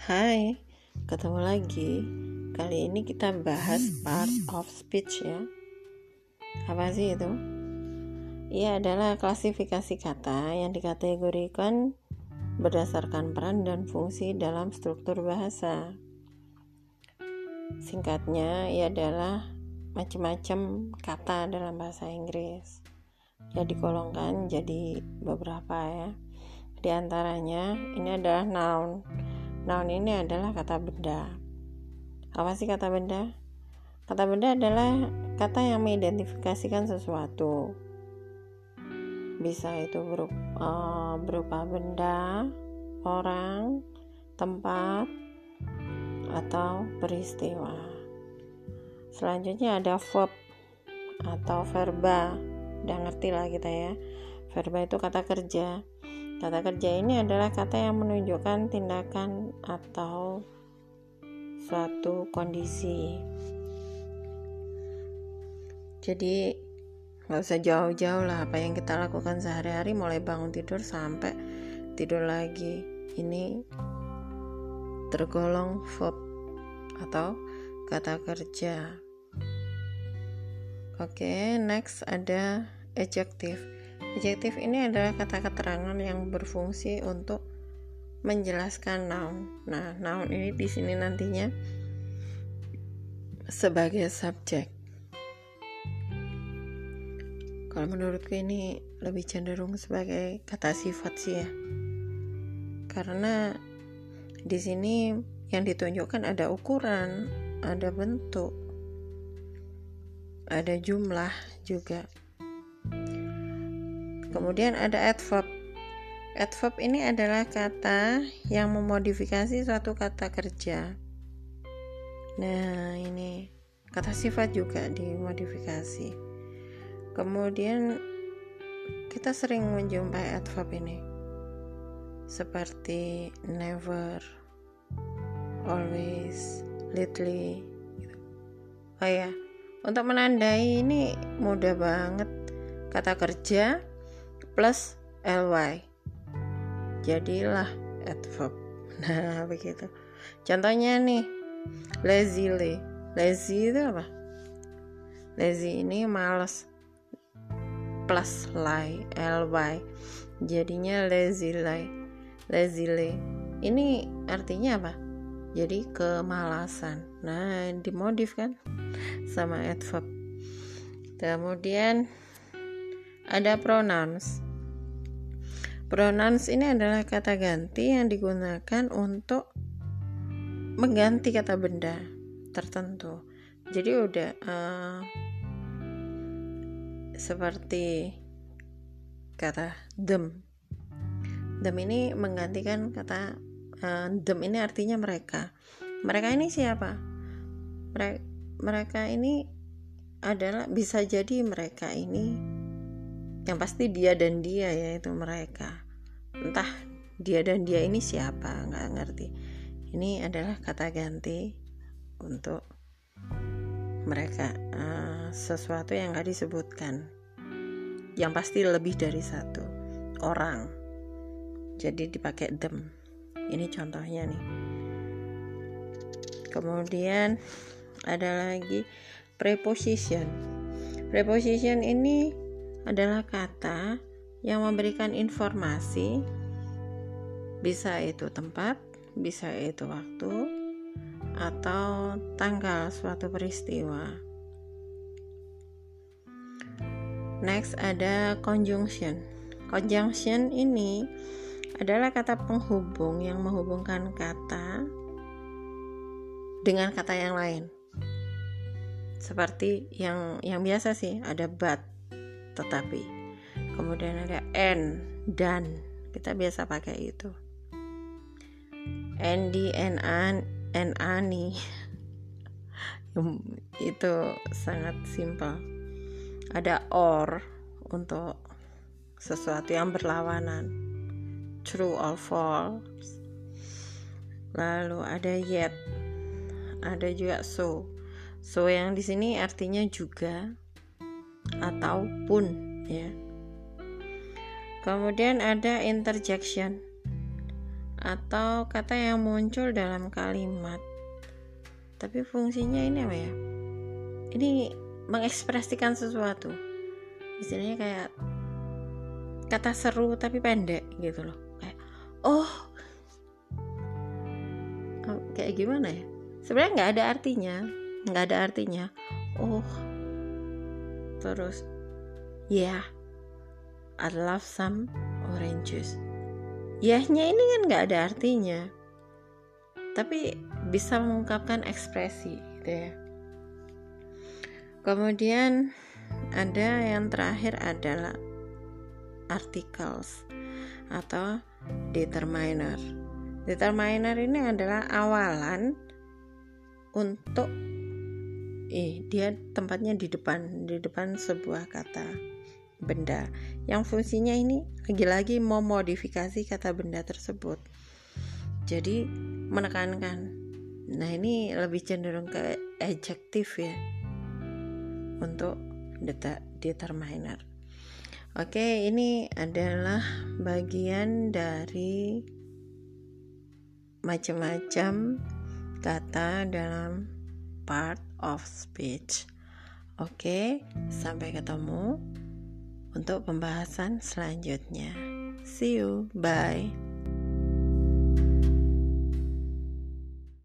Hai, ketemu lagi. Kali ini kita bahas part of speech ya. Apa sih itu? Ia adalah klasifikasi kata yang dikategorikan berdasarkan peran dan fungsi dalam struktur bahasa. Singkatnya, ia adalah macam-macam kata dalam bahasa Inggris. Ya digolongkan jadi beberapa ya. Di antaranya ini adalah noun. Noun ini adalah kata benda. Apa sih kata benda? Kata benda adalah kata yang mengidentifikasikan sesuatu. Bisa itu berupa benda, orang, tempat, atau peristiwa. Selanjutnya ada verb atau verba. Udah ngerti lah kita ya. Verba itu kata kerja. Kata kerja ini adalah kata yang menunjukkan tindakan atau suatu kondisi. Jadi gak usah jauh-jauh lah apa yang kita lakukan sehari-hari, mulai bangun tidur sampai tidur lagi. Ini tergolong verb atau kata kerja. Oke, next ada adjective. Adjektif ini adalah kata keterangan yang berfungsi untuk menjelaskan noun. Nah, noun ini di sini nantinya sebagai subjek. Kalau menurutku ini lebih cenderung sebagai kata sifat sih ya. Karena di sini yang ditunjukkan ada ukuran, ada bentuk, ada jumlah juga. Kemudian ada adverb. Adverb ini adalah kata yang memodifikasi suatu kata kerja. Nah, ini kata sifat juga dimodifikasi. Kemudian kita sering menjumpai adverb ini. Seperti never, always, lately gitu. Oh ya, untuk menandai ini mudah banget. Kata kerja plus ly jadilah adverb. Nah, begitu. Contohnya nih, lazily. Lazy itu apa? Lazy ini malas plus ly jadinya lazily. Lazily ini artinya apa? Jadi kemalasan. Nah, dimodif kan sama adverb. Kemudian ada pronouns. Pronouns ini adalah kata ganti yang digunakan untuk mengganti kata benda tertentu. Jadi udah seperti kata them. Them ini menggantikan kata them ini artinya mereka. Mereka ini siapa? Mereka ini adalah, bisa jadi mereka ini, yang pasti dia dan dia, yaitu mereka. Entah dia dan dia ini siapa, nggak ngerti. Ini adalah kata ganti untuk mereka, sesuatu yang nggak disebutkan, yang pasti lebih dari satu orang, jadi dipakai them. Ini contohnya nih. Kemudian ada lagi preposition. Preposition ini adalah kata yang memberikan informasi, bisa itu tempat, bisa itu waktu, atau tanggal suatu peristiwa. Next ada conjunction. Conjunction ini adalah kata penghubung yang menghubungkan kata dengan kata yang lain. Seperti yang biasa sih, ada but, tetapi. Kemudian ada and, dan. Kita biasa pakai itu. Andy, and Annie. Itu sangat simpel. Ada or untuk sesuatu yang berlawanan, true or false. Lalu ada yet, ada juga so. So yang di sini artinya juga ataupun ya. Kemudian ada interjection. atau kata yang muncul dalam kalimat, tapi fungsinya ini apa ya? Ini mengekspresikan sesuatu. Istilahnya kayak kata seru tapi pendek gitu loh. Kayak kayak gimana ya? Sebenarnya nggak ada artinya. Terus yeah, I love some orange juice. Yahnya ini kan nggak ada artinya, tapi bisa mengungkapkan ekspresi gitu ya. Kemudian ada yang terakhir adalah articles atau determiner. Determiner ini adalah awalan untuk dia tempatnya di depan sebuah kata benda yang fungsinya ini lagi-lagi memodifikasi kata benda tersebut. Jadi menekankan. Nah, ini lebih cenderung ke adjektif ya untuk determiner. Oke, ini adalah bagian dari macam-macam kata dalam part of speech. Oke, sampai ketemu untuk pembahasan selanjutnya. See you, bye.